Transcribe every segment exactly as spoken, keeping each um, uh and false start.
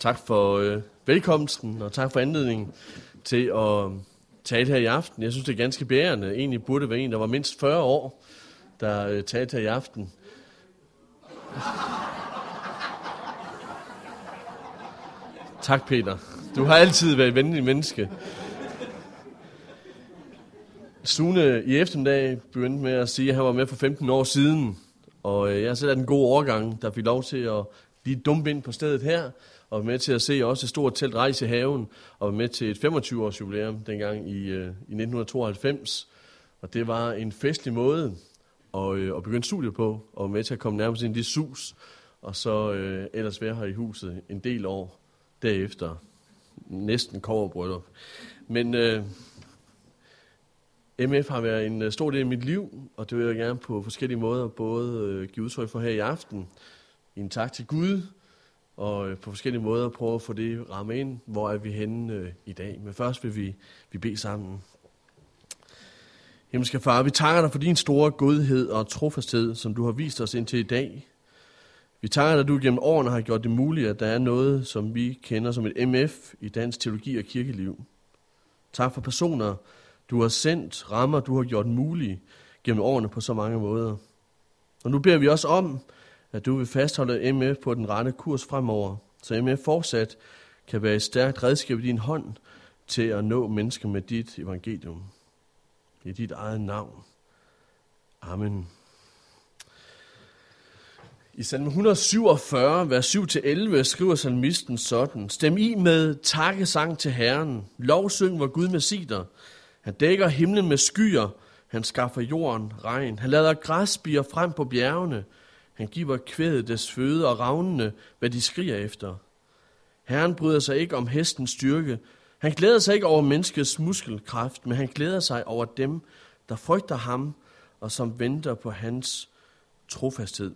Tak for øh, velkomsten, og tak for anledningen til at tale her i aften. Jeg synes, det er ganske bærende. Egentlig burde være en, der var mindst fyrre år, der øh, talte her i aften. Tak, Peter. Du har altid været et venlig menneske. Sune i eftermiddag begyndte med at sige, at han var med for femten år siden. Og øh, jeg har selv den gode årgang, der fik lov til at lige dumpe ind på stedet her, og var med til at se også et stort telt rejse i haven, og var med til et femogtyve års jubilæum dengang i, øh, i nitten tooghalvfems. Og det var en festlig måde at, øh, at begynde studiet på, og var med til at komme nærmest ind i det sus, og så øh, ellers være her i huset en del år derefter. Næsten kobberbryllup. Men øh, M F har været en stor del af mit liv, og det vil jeg gerne på forskellige måder både øh, give udtryk for her i aften, i en tak til Gud, og øh, på forskellige måder prøve at få det ramme ind, hvor er vi henne øh, i dag. Men først vil vi, vi bede sammen. Himmelske Far, vi takker dig for din store godhed og trofasthed, som du har vist os indtil i dag. Vi takker dig, at du gennem årene har gjort det muligt, at der er noget, som vi kender som et M F i dansk teologi og kirkeliv. Tak for personer, du har sendt, rammer, du har gjort mulige gennem årene på så mange måder. Og nu beder vi også om, at du vil fastholde M F på den rette kurs fremover, så M F fortsat kan være et stærkt redskab i din hånd til at nå mennesker med dit evangelium. I dit eget navn. Amen. I salme et hundrede syvogfyrre, vers syv til elleve, skriver salmisten sådan: Stem i med takkesang til Herren, lovsyng vor Gud med sider. Han dækker himlen med skyer, han skaffer jorden regn. Han lader græs spire frem på bjergene. Han giver kvædet des føde og ravnene, hvad de skriger efter. Herren bryder sig ikke om hestens styrke. Han glæder sig ikke over menneskets muskelkraft, men han glæder sig over dem, der frygter ham og som venter på hans trofasthed.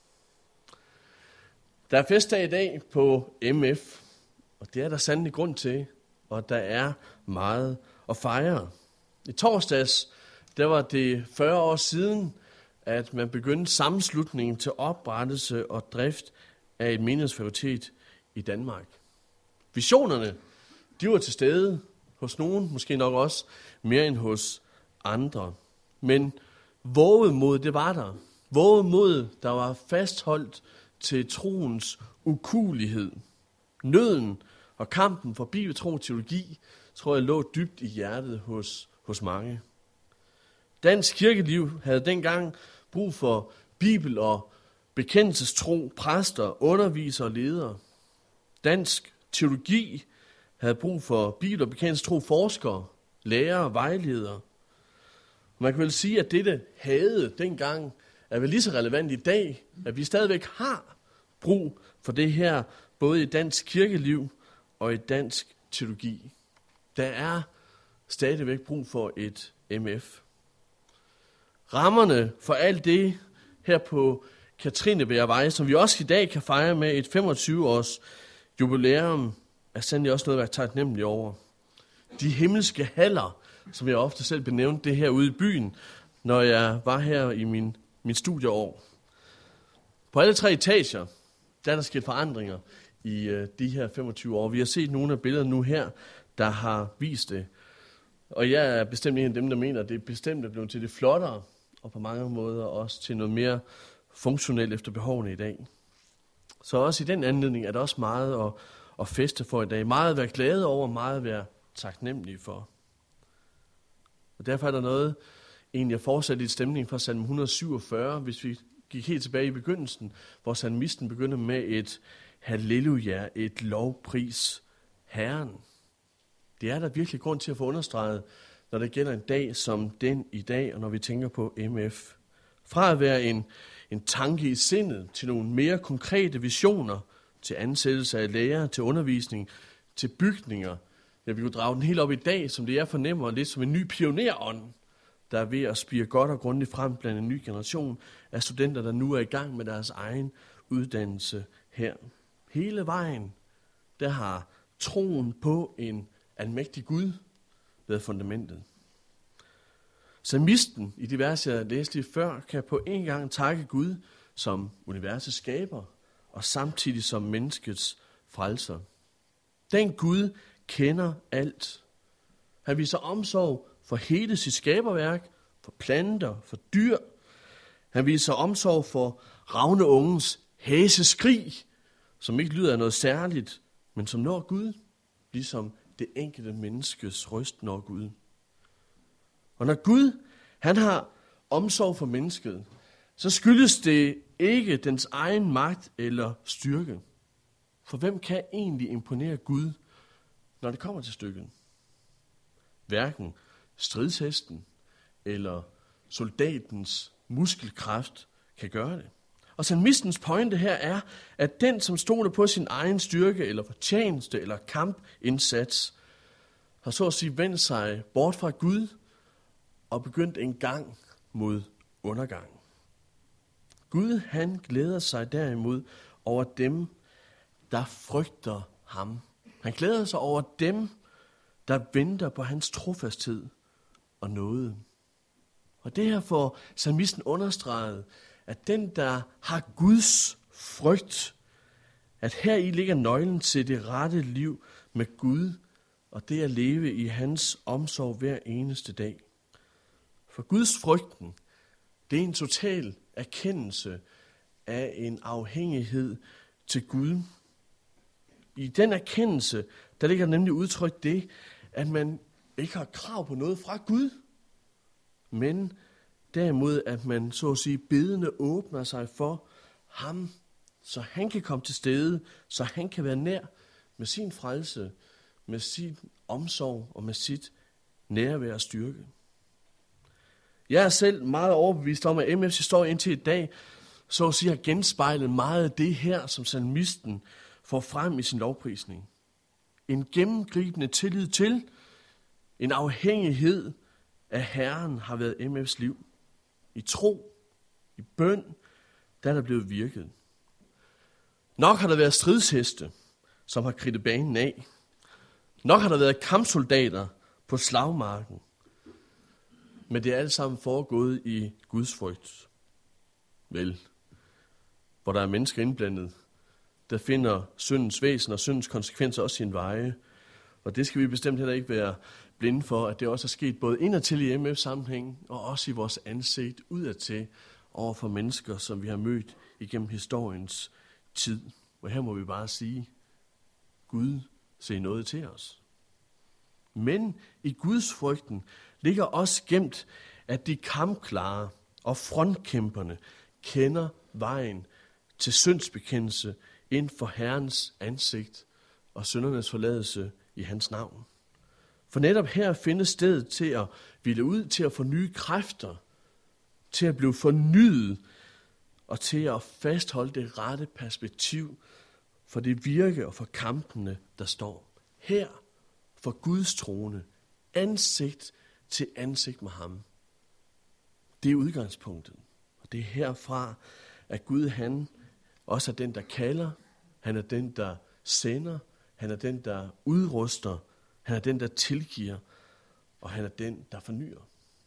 Der er festdag i dag på M F, og det er der sandelig grund til, og der er meget at fejre. I torsdags, der var det fyrre år siden, at man begyndte sammenslutningen til oprettelse og drift af et menighedsfakultet i Danmark. Visionerne, de var til stede hos nogen, måske nok også mere end hos andre. Men vågemod, det var der. Vågemod, der var fastholdt til troens ukuelighed. Nøden og kampen for bibeltro og teologi, tror jeg, lå dybt i hjertet hos, hos mange. Dansk kirkeliv havde dengang brug for bibel- og bekendelsestro, præster, undervisere og ledere. Dansk teologi havde brug for bibel- og bekendelsestro, forskere, lærere og vejledere. Man kan vel sige, at dette havde dengang er vel lige så relevant i dag, at vi stadigvæk har brug for det her, både i dansk kirkeliv og i dansk teologi. Der er stadigvæk brug for et M F. Rammerne for alt det her på Katrinebjergvej, som vi også i dag kan fejre med et femogtyve års jubilæum, er sandelig også noget, at være taknemmelig over. De himmelske haller, som jeg ofte selv benævnte det her ude i byen, når jeg var her i min, min studieår. På alle tre etager, der er der sket forandringer i uh, de her femogtyve år. Vi har set nogle af billederne nu her, der har vist det. Og jeg er bestemt en af dem, der mener, at det er bestemt blevet til det flottere, og på mange måder også til noget mere funktionelt efter behovene i dag. Så også i den anledning er der også meget at, at feste for i dag. Meget at være glade over, meget at være taknemmelige for. Og derfor er der noget, egentlig at fortsætte i stemning fra salme et hundrede syvogfyrre, hvis vi gik helt tilbage i begyndelsen, hvor salmisten begynder med et halleluja, et lovpris Herren. Det er der virkelig grund til at få understreget, når det gælder en dag som den i dag, og når vi tænker på M F. Fra at være en, en tanke i sindet til nogle mere konkrete visioner, til ansættelse af lærere, til undervisning, til bygninger. Ja, vi kunne drage den helt op i dag, som det jeg fornemmer, lidt som en ny pionerånd, der er ved at spire godt og grundigt frem blandt en ny generation af studenter, der nu er i gang med deres egen uddannelse her. Hele vejen, der har troen på en almægtig Gud været fundamentet. Salmisten i de vers, jeg læste lige før, kan på en gang takke Gud som universets skaber, og samtidig som menneskets frelser. Den Gud kender alt. Han viser omsorg for hele sit skaberværk, for planter, for dyr. Han viser omsorg for ravneungens hæseskrig, som ikke lyder af noget særligt, men som når Gud, ligesom det enkelte menneskes røst når Gud. Og når Gud, han har omsorg for mennesket, så skyldes det ikke dens egen magt eller styrke. For hvem kan egentlig imponere Gud, når det kommer til stykket? Hverken stridshesten eller soldatens muskelkraft kan gøre det. Og salmistens pointe her er, at den, som stoler på sin egen styrke eller fortjeneste eller kampindsats, har så at sige vendt sig bort fra Gud og begyndt en gang mod undergang. Gud, han glæder sig derimod over dem, der frygter ham. Han glæder sig over dem, der venter på hans trofasthed og nåde. Og det her får salmisten understreget, at den, der har Guds frygt, at her i ligger nøglen til det rette liv med Gud, og det at leve i hans omsorg hver eneste dag. For Guds frygten, det er en total erkendelse af en afhængighed til Gud. I den erkendelse, der ligger nemlig udtrykt det, at man ikke har krav på noget fra Gud, men derimod, at man så at sige bedende åbner sig for ham, så han kan komme til stede, så han kan være nær med sin frelse, med sin omsorg og med sit nærvær og styrke. Jeg er selv meget overbevist om, at M F's historie indtil i dag, så at sige, har genspejlet meget af det her, som salmisten får frem i sin lovprisning. En gennemgribende tillid til, en afhængighed af Herren har været M F's liv. I tro, i bøn, der er der blevet virket. Nok har der været stridsheste, som har kridtet banen af. Nok har der været kampsoldater på slagmarken. Men det er alt sammen foregået i Guds frygt. Vel, hvor der er mennesker indblandet, der finder syndens væsen og syndens konsekvenser også sin veje. Og det skal vi bestemt heller ikke være blinde for, at det også er sket både indadtil i M F-sammenhæng og også i vores ansigt udadtil over for mennesker, som vi har mødt igennem historiens tid. Og her må vi bare sige, Gud ser noget til os. Men i Guds frygten ligger også gemt, at de kampklare og frontkæmperne kender vejen til syndsbekendelse inden for Herrens ansigt og syndernes forladelse i hans navn. For netop her findes stedet til at hvile ud, til at få nye kræfter, til at blive fornyet og til at fastholde det rette perspektiv for det virke og for kampene, der står. Her for Guds trone, ansigt til ansigt med ham. Det er udgangspunktet. Og det er herfra, at Gud han også er den, der kalder. Han er den, der sender. Han er den, der udruster. Han er den, der tilgiver. Og han er den, der fornyer.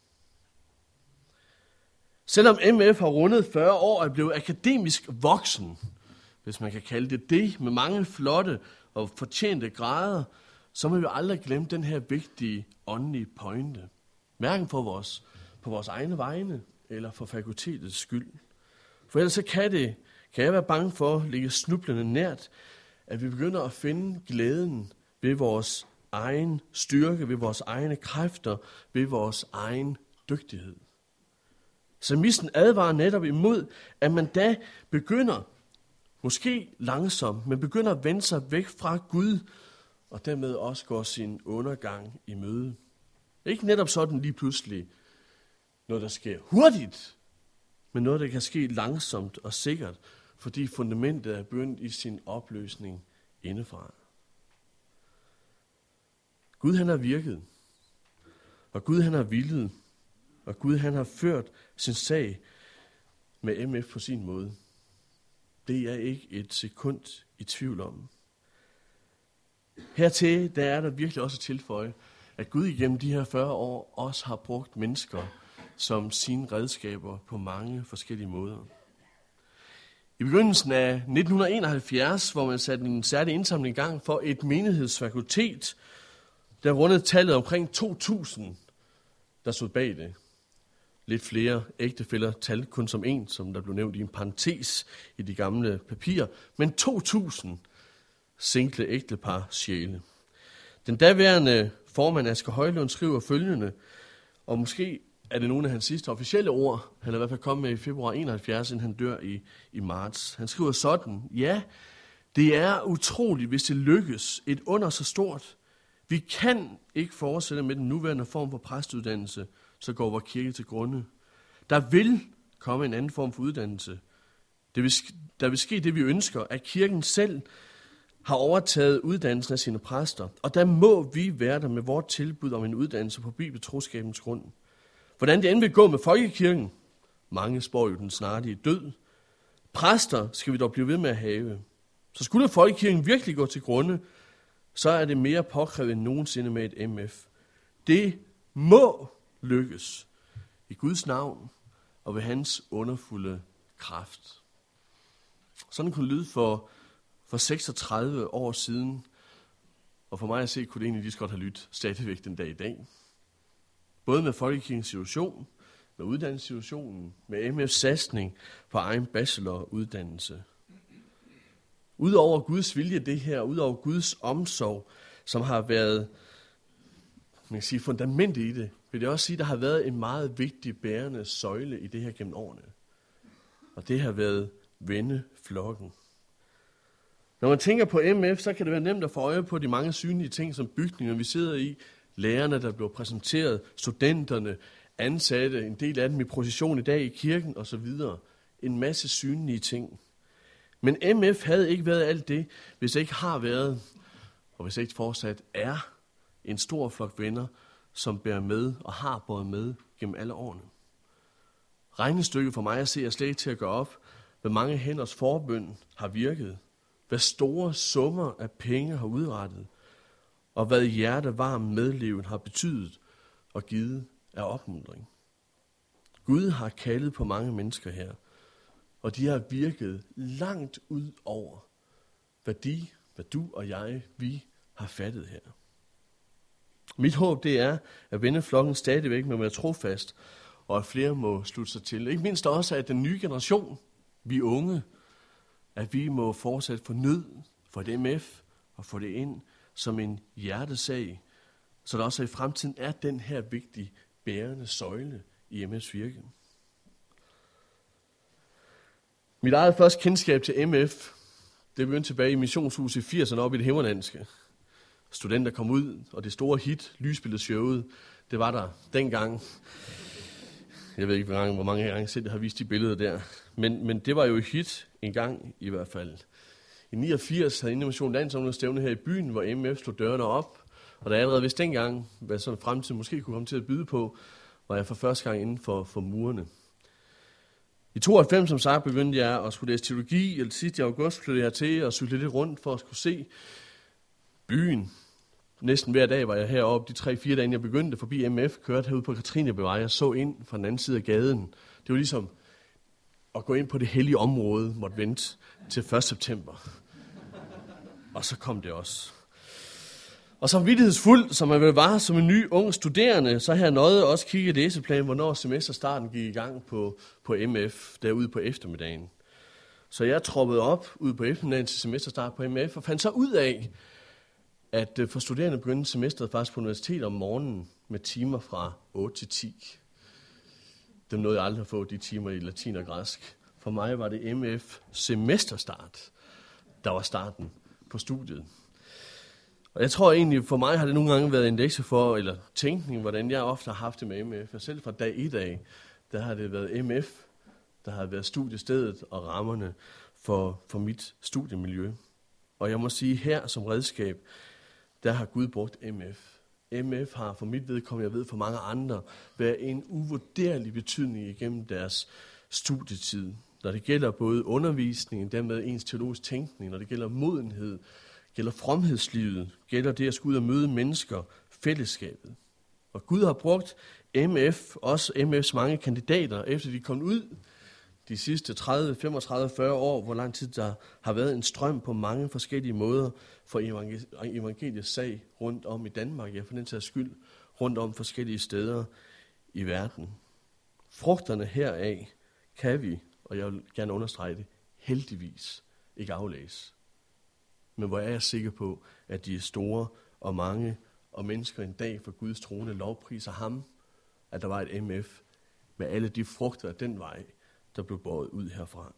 Selvom M F har rundet fyrre år og er blevet akademisk voksen, hvis man kan kalde det det, med mange flotte og fortjente grader, så må vi aldrig glemme den her vigtige åndelige pointe. Hverken for vores, på vores egne vegne eller for fakultetets skyld. For ellers så kan, det, kan jeg være bange for at ligge snublende nært, at vi begynder at finde glæden ved vores egen styrke, ved vores egne kræfter, ved vores egen dygtighed. Salmisten advarer netop imod, at man da begynder, måske langsomt, men begynder at vende sig væk fra Gud, og dermed også går sin undergang i møde. Ikke netop sådan lige pludselig noget, der sker hurtigt, men noget, der kan ske langsomt og sikkert, fordi fundamentet er begyndt i sin opløsning indefra. Gud han har virket, og Gud han har villet, og Gud han har ført sin sag med M F på sin måde. Det er jeg ikke et sekund i tvivl om. Hertil der er der virkelig også at tilføje, at Gud igennem de her fyrre år også har brugt mennesker som sine redskaber på mange forskellige måder. I begyndelsen af nitten enoghalvfjerds, hvor man satte en særlig indsamling i gang for et menighedsfakultet, der rundede tallet omkring to tusind, der stod bag det. Lidt flere ægtefæller talte kun som en, som der blev nævnt i en parentes i de gamle papirer, men to tusind single ægtepar sjæle. Den daværende formand Asger Højlund skriver følgende, og måske er det nogle af hans sidste officielle ord, han er i hvert fald kommet med i februar enoghalvfjerds, inden han dør i, i marts. Han skriver sådan: ja, det er utroligt, hvis det lykkes, et under så stort. Vi kan ikke fortsætte med den nuværende form for præstuddannelse, så går vores kirke til grunde. Der vil komme en anden form for uddannelse. Det vil, der vil ske det, vi ønsker, at kirken selv har overtaget uddannelsen af sine præster, og der må vi være der med vores tilbud om en uddannelse på bibeltroskabens grund. Hvordan det end vil gå med folkekirken, mange spår jo den snarlige død, præster skal vi dog blive ved med at have. Så skulle folkekirken virkelig gå til grunde, så er det mere påkrævet end nogensinde med et M F. Det må lykkes i Guds navn og ved hans underfulde kraft. Sådan kunne det lyde for, for seksogtredive år siden, og for mig at se, kunne det egentlig lige så godt have lyttet stadigvæk den dag i dag. Både med folkekirkens situation, med uddannelsessituationen, med M F's satsning på egen bacheloruddannelse. Udover Guds vilje det her, udover Guds omsorg, som har været, man kan sige, fundamentet i det, vil jeg også sige, at der har været en meget vigtig bærende søjle i det her gennem årene. Og det har været venneflokken. Når man tænker på M F, så kan det være nemt at få øje på de mange synlige ting, som bygninger, vi sidder i, lærerne, der bliver præsenteret, studenterne, ansatte, en del af dem i procession i dag i kirken osv. En masse synlige ting. Men M F havde ikke været alt det, hvis det ikke har været, og hvis det ikke fortsat er, en stor flok venner, som bærer med og har båret med gennem alle årene. Regnestykket for mig at se er slet ikke til at gøre op, hvad mange hænders forbøn har virket, hvad store summer af penge har udrettet, og hvad hjertevarm medleven har betydet og givet af opmuntring. Gud har kaldet på mange mennesker her, og de har virket langt ud over, hvad de, hvad du og jeg, vi har fattet her. Mit håb det er, at venneflokken stadigvæk må være trofast, og at flere må slutte sig til. Ikke mindst også, at den nye generation, vi unge, at vi må fortsat få nød for et M F og få det ind som en hjertesag, så der også i fremtiden er den her vigtige bærende søjle i M F's virke. Mit eget første kendskab til M F, det begyndte tilbage i missionshuset i firserne op i det himmerlandske. Studenter kom ud, og det store hit, lysbilledshowet, det var der dengang. Jeg ved ikke, hvor mange, hvor mange gange jeg selv har vist de billeder der. Men, men det var jo et hit en gang i hvert fald. I niogfirs havde Innovation Landsområdestævne her i byen, hvor M F slog dørene op. Og da jeg allerede vidste dengang, hvad sådan en fremtid måske kunne komme til at byde på, var jeg for første gang inden for, for murene. I tooghalvfems, som sagt, begyndte jeg at skulle læse teologi, eller sidst i august flyttede jeg til og cyklede lidt rundt for at skulle se byen. Næsten hver dag var jeg heroppe, de tre-fire dage, jeg begyndte forbi M F, kørte herude på Katrinebevej og så ind fra den anden side af gaden. Det var ligesom at gå ind på det hellige område, måtte vente til første september. Og så kom det også. Og som vittighedsfuld, som man vel var som en ny ung studerende, så havde jeg nøjet også kigge læseplan, hvornår semesterstarten gik i gang på, på M F, derude på eftermiddagen. Så jeg troppede op ude på eftermiddagen til semesterstart på M F, og fandt så ud af, at for studerende begyndte semesteret faktisk på universitetet om morgenen med timer fra otte til ti. Dem nåede jeg aldrig at få, de timer i latin og græsk. For mig var det M F semesterstart, der var starten på studiet. Og jeg tror egentlig, for mig har det nogle gange været en lektie for, eller tænkning, hvordan jeg ofte har haft det med M F. Og selv fra dag et af, der har det været M F, der har været studiestedet og rammerne for, for mit studiemiljø. Og jeg må sige, her som redskab, der har Gud brugt M F. M F har for mit vedkommende, jeg ved for mange andre, været en uvurderlig betydning igennem deres studietid. Når det gælder både undervisningen, dermed ens teologisk tænkning, når det gælder modenhed, gælder fromhedslivet, gælder det at skulle ud og møde mennesker, fællesskabet. Og Gud har brugt M F, også M F's mange kandidater, efter de kom ud, de sidste tredive, femogtredive, fyrre år, hvor lang tid der har været en strøm på mange forskellige måder for evangeliets sag rundt om i Danmark, ja, for den sags skyld, rundt om forskellige steder i verden. Frugterne heraf kan vi, og jeg vil gerne understrege det, heldigvis ikke aflæse. Men hvor er jeg sikker på, at de er store og mange, og mennesker en dag for Guds trone lovpriser ham, at der var et M F med alle de frugter af den vej, der blev båret ud herfra.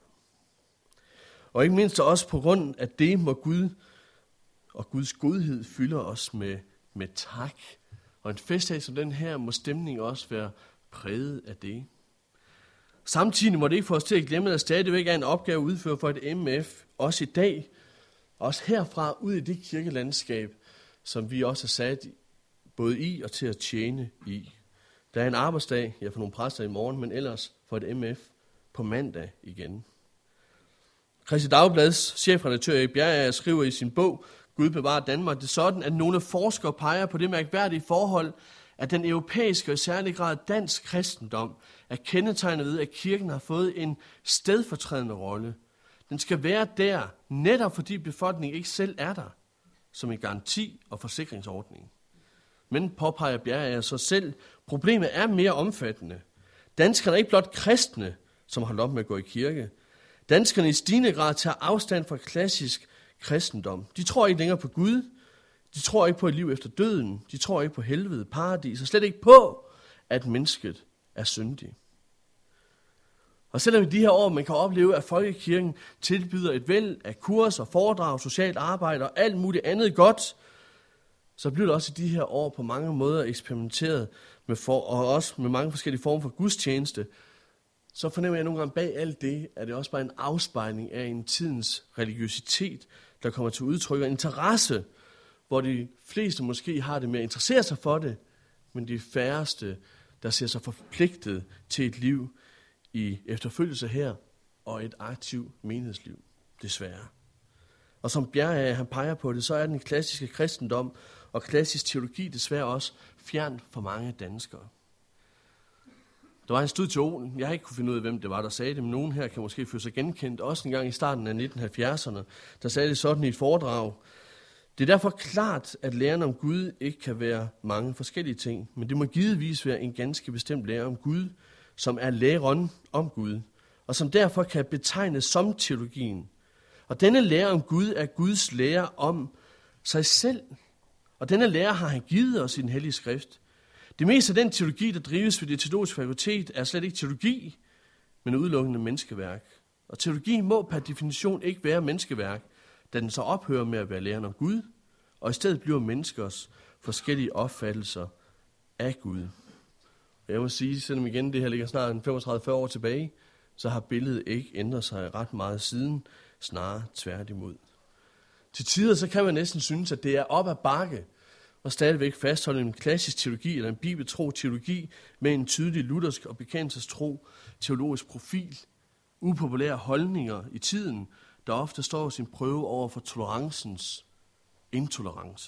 Og ikke mindst også på grund af det, må Gud og Guds godhed fylder os med, med tak. Og en festdag som den her, må stemningen også være præget af det. Samtidig må det ikke få os til at glemme, at der stadigvæk er en opgave at udføre for et M F, også i dag, også herfra ud i det kirkelandskab, som vi også er sat både i og til at tjene i. Der er en arbejdsdag, ja, for nogle præster i morgen, men ellers for et M F på mandag igen. Kristi Dagblads chefredaktør Erik Bjergager skriver i sin bog Gud bevarer Danmark det sådan, at nogle forskere peger på det mærkværdige forhold, at den europæiske og i særlig grad dansk kristendom er kendetegnet ved, at kirken har fået en stedfortrædende rolle. Den skal være der, netop fordi befolkningen ikke selv er der, som en garanti og forsikringsordning. Men påpeger Bjergager så selv, problemet er mere omfattende. Danskerne er ikke blot kristne, som har holdt op med at gå i kirke. Danskerne i stigende grad tager afstand fra klassisk kristendom. De tror ikke længere på Gud. De tror ikke på et liv efter døden. De tror ikke på helvede, paradis, og slet ikke på, at mennesket er syndig. Og selvom i de her år man kan opleve, at folkekirken tilbyder et væld af kurser, foredrag, socialt arbejde og alt muligt andet godt, så bliver det også i de her år på mange måder eksperimenteret med for, og også med mange forskellige former for gudstjeneste. Så fornemmer jeg nogle gange bag alt det, at det også bare en afspejling af en tidens religiøsitet, der kommer til udtryk, og interesse, hvor de fleste måske har det med at interessere sig for det, men de færreste, der ser sig forpligtet til et liv i efterfølgelse her, og et aktivt menighedsliv, desværre. Og som Bjergager han peger på det, så er den klassiske kristendom og klassisk teologi desværre også fjern for mange danskere. Der var en stud teolog, jeg har ikke kunne finde ud af, hvem det var, der sagde det, men nogen her kan måske føle sig genkendt, også en gang i starten af nitten halvfjerdserne, der sagde det sådan i et foredrag. Det er derfor klart, at læren om Gud ikke kan være mange forskellige ting, men det må givetvis være en ganske bestemt lære om Gud, som er læren om Gud, og som derfor kan betegnes som teologien. Og denne lære om Gud er Guds lære om sig selv, og denne lære har han givet os i den hellige skrift. Det meste af den teologi, der drives ved det teologiske fakultet, er slet ikke teologi, men udelukkende menneskeværk. Og teologi må per definition ikke være menneskeværk, da den så ophører med at være læren om Gud, og i stedet bliver menneskers forskellige opfattelser af Gud. Jeg må sige, selvom igen det her ligger snart femogtredive til fyrre år tilbage, så har billedet ikke ændret sig ret meget siden, snarere tværtimod. Til tider så kan man næsten synes, at det er op ad bakke, og stadigvæk fastholde en klassisk teologi eller en bibeltro teologi med en tydelig luthersk og bekendelsestro teologisk profil, upopulære holdninger i tiden, der ofte står sin prøve over for tolerancens intolerance.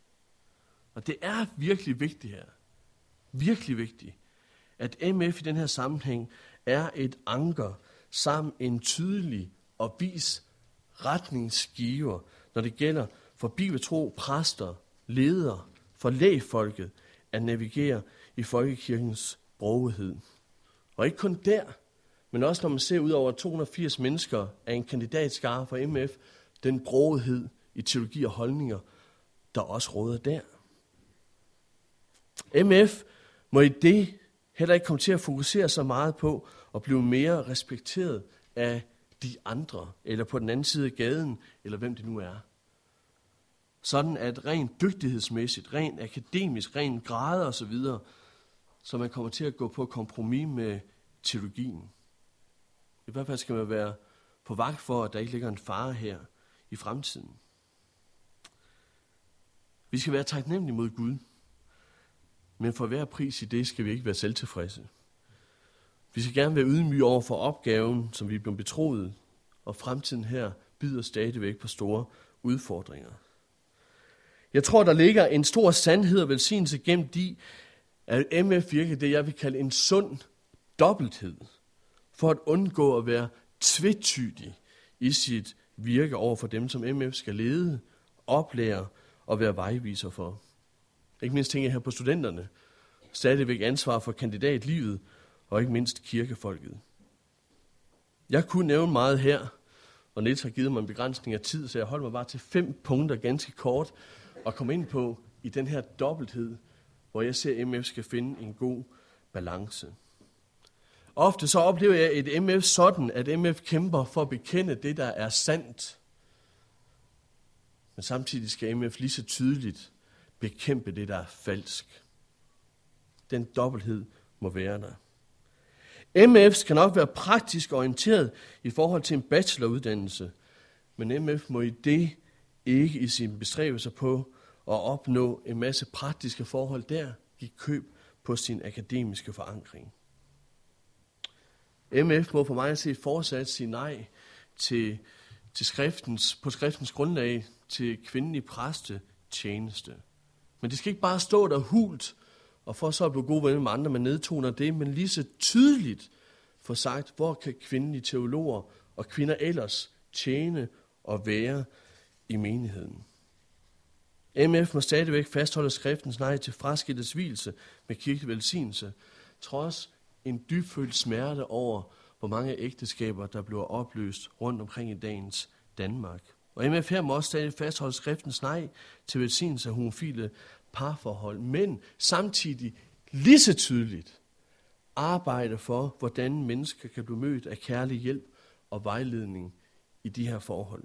Og det er virkelig vigtigt her, virkelig vigtigt, at M F i den her sammenhæng er et anker samt en tydelig og vis retningsgiver, når det gælder for bibeltro præster, ledere, for lægfolket at navigere i folkekirkens brogethed. Og ikke kun der, men også når man ser ud over to hundrede og firs mennesker af en kandidatskare for M F, den brogethed i teologi og holdninger, der også råder der. M F må i det heller ikke komme til at fokusere så meget på at blive mere respekteret af de andre, eller på den anden side af gaden, eller hvem det nu er. Sådan at rent dygtighedsmæssigt, rent akademisk, rent grader osv., så man kommer til at gå på kompromis med teologien. I hvert fald skal man være på vagt for, at der ikke ligger en fare her i fremtiden. Vi skal være taknemmelige mod Gud, men for hver pris i det skal vi ikke være selvtilfredse. Vi skal gerne være ydmyge over for opgaven, som vi er blevet betroet, og fremtiden her byder stadigvæk på store udfordringer. Jeg tror, der ligger en stor sandhed og velsignelse gemt i, at M F virker det, jeg vil kalde en sund dobbelthed. for at undgå at være tvetydig i sit virke over for dem, som M F skal lede, oplære og være vejviser for. Ikke mindst tænker jeg her på studenterne, stadigvæk ansvar for kandidatlivet og ikke mindst kirkefolket. Jeg kunne nævne meget her, og Niels har givet mig en begrænsning af tid, så jeg holder mig bare til fem punkter ganske kort og komme ind på i den her dobbelthed, hvor jeg ser, at M F skal finde en god balance. Ofte så oplever jeg et M F sådan, at M F kæmper for at bekende det, der er sandt. Men samtidig skal M F lige så tydeligt bekæmpe det, der er falsk. Den dobbelthed må være der. M F skal nok være praktisk orienteret i forhold til en bacheloruddannelse, men M F må i det ikke i sine bestræbelser på at opnå en masse praktiske forhold der, give køb på sin akademiske forankring. M F må for mig at se fortsat sige nej til, til skriftens, på skriftens grundlag til kvindelig præstetjeneste. Men det skal ikke bare stå der hult, og for så at blive gode venner med andre, man nedtoner det, men lige så tydeligt få sagt, hvor kan kvindelige teologer og kvinder ellers tjene og være i menigheden. M F må stadigvæk fastholde skriftens nej til fraskiltes vielse med kirkelig velsignelse, trods en dybfølt smerte over, hvor mange ægteskaber, der bliver opløst rundt omkring i dagens Danmark. Og M F her må også stadig fastholde skriftens nej til velsignelse af homofile parforhold, men samtidig lige så tydeligt arbejde for, hvordan mennesker kan blive mødt af kærlig hjælp og vejledning i de her forhold.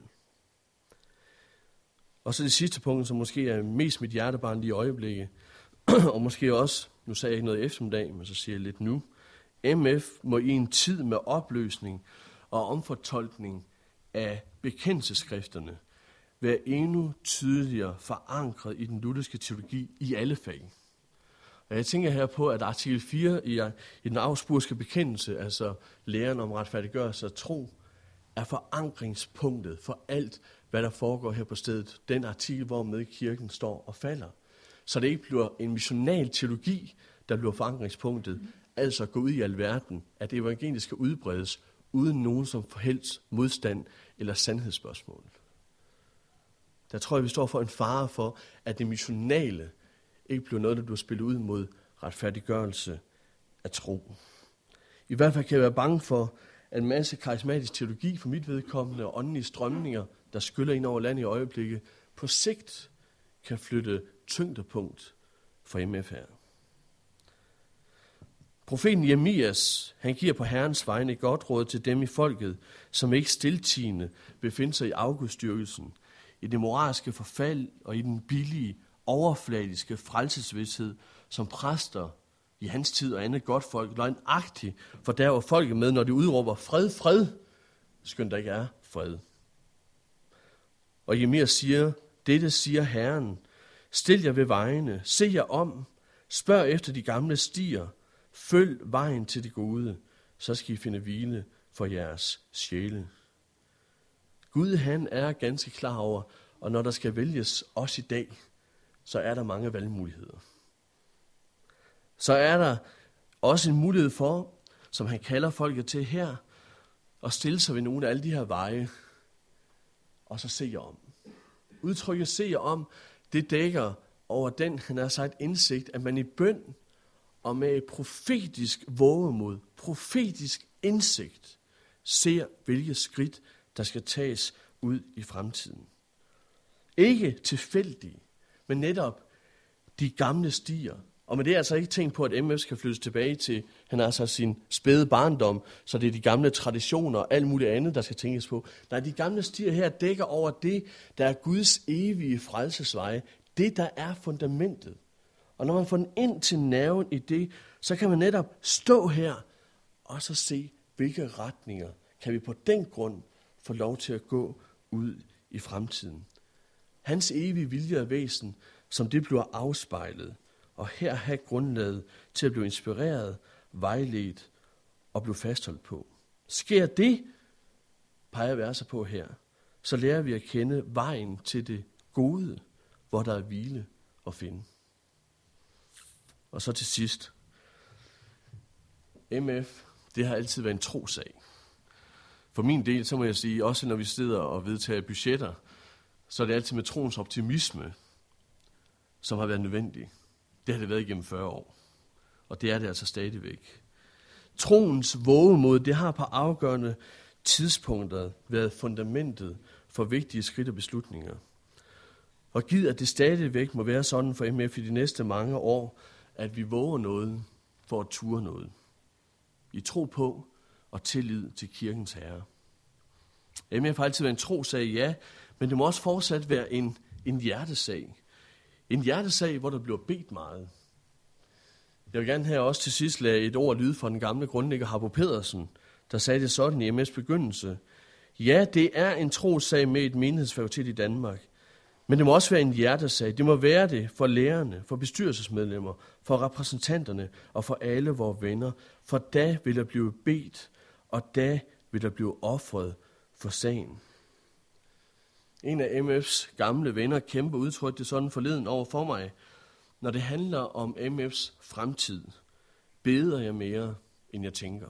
Og så det sidste punkt, som måske er mest mit hjertebarn lige i øjeblikket, og måske også, nu sagde jeg ikke noget i eftermiddag, men så siger jeg lidt nu, M F må i en tid med opløsning og omfortolkning af bekendelsesskrifterne være endnu tydeligere forankret i den lutherske teologi i alle fag. Og jeg tænker her på, at artikel fire i, i den augsburgske bekendelse, altså læren om retfærdiggørelse og tro, er forankringspunktet for alt, hvad der foregår her på stedet. Den artikel, hvor med kirken står og falder. Så det ikke bliver en missional teologi, der bliver forankringspunktet, altså gå ud i alverden, at det evangeliet skal udbredes, uden nogen som helst modstand eller sandhedsspørgsmål. Der tror jeg, vi står for en fare for, at det missionale ikke bliver noget, der bliver spillet ud mod retfærdiggørelse af tro. I hvert fald kan jeg være bange for, at en masse karismatisk teologi for mit vedkommende og åndelige strømninger, der skyller ind over landet i øjeblikket, på sigt kan flytte tyngdepunkt for M F her. Profeten Jeremias, han giver på Herrens vegne et godt råd til dem i folket, som ikke stiltiende befinder sig i afgudstyrkelsen, i det moralske forfald og i den billige, overfladiske frelsesvidshed, som præster i hans tid og andet godt folk løgnagtigt, for der var folket med, når de udråber fred, fred, skønt der ikke er fred. Og Jeremias siger, dette siger Herren, stil jer ved vejene, se jer om, spørg efter de gamle stier, følg vejen til det gode, så skal I finde hvile for jeres sjæle. Gud, han er ganske klar over, og når der skal vælges også i dag, så er der mange valgmuligheder. Så er der også en mulighed for, som han kalder folket til her, at stille sig ved nogle af alle de her veje, og så se jer om. Udtrykket se jer om, det dækker over den, han har sagt, indsigt, at man i bøn og med et profetisk vågemod, profetisk indsigt, ser, hvilke skridt, der skal tages ud i fremtiden. Ikke tilfældige, men netop de gamle stier. Og med det er altså ikke tænkt på, at M F skal flyttes tilbage til, han har altså sin spæde barndom, så det er de gamle traditioner og alt muligt andet, der skal tænkes på. Nej, de gamle stier her dækker over det, der er Guds evige frelsesveje, det der er fundamentet. Og når man får den ind til nerven i det, så kan man netop stå her og så se, hvilke retninger kan vi på den grund få lov til at gå ud i fremtiden. Hans evige vilje og væsen, som det bliver afspejlet, og her have grundlaget til at blive inspireret, vejledt og blive fastholdt på. Sker det, peger verser på her, så lærer vi at kende vejen til det gode, hvor der er hvile at finde. Og så til sidst, M F, det har altid været en trosag. For min del, så må jeg sige, også når vi sidder og vedtager budgetter, så er det altid med troens optimisme, som har været nødvendig. Det har det været igennem fyrre år. Og det er det altså stadigvæk. Troens vågemod, det har på afgørende tidspunkter været fundamentet for vigtige skridt og beslutninger. Og givet, at det stadigvæk må være sådan for M F i de næste mange år, at vi våger noget for at ture noget. I tro på og tillid til kirkens herre. M F har altid været en trosag, ja, men det må også fortsat være en, en hjertesag. En hjertesag, hvor der bliver bedt meget. Jeg vil gerne her også til sidst lade et ord lyde fra den gamle grundlægger Harbo Pedersen, der sagde det sådan i M F's begyndelse. Ja, det er en trosag med et menighedsfakultet i Danmark, men det må også være en hjertesag. Det må være det for lærerne, for bestyrelsesmedlemmer, for repræsentanterne og for alle vores venner. For da vil der blive bedt, og da vil der blive offret for sagen. En af M F's gamle venner kæmpe udtrykte det sådan forleden over for mig. Når det handler om M F's fremtid, beder jeg mere, end jeg tænker.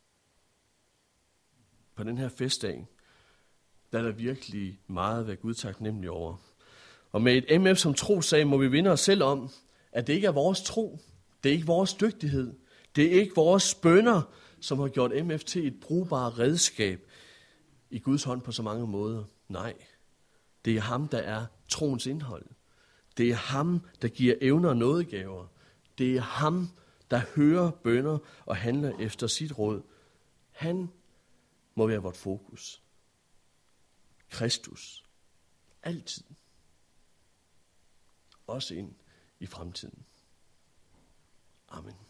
På den her festdag, der er der virkelig meget at være Gud taknemmelig over. Og med et M F som trosag må vi vinde os selv om, at det ikke er vores tro, det er ikke vores dygtighed, det er ikke vores bønner, som har gjort M F til et brugbart redskab i Guds hånd på så mange måder. Nej, det er ham, der er troens indhold. Det er ham, der giver evner og nådegaver. Det er ham, der hører bønner og handler efter sit råd. Han må være vort fokus. Kristus. Altid. Også ind i fremtiden. Amen.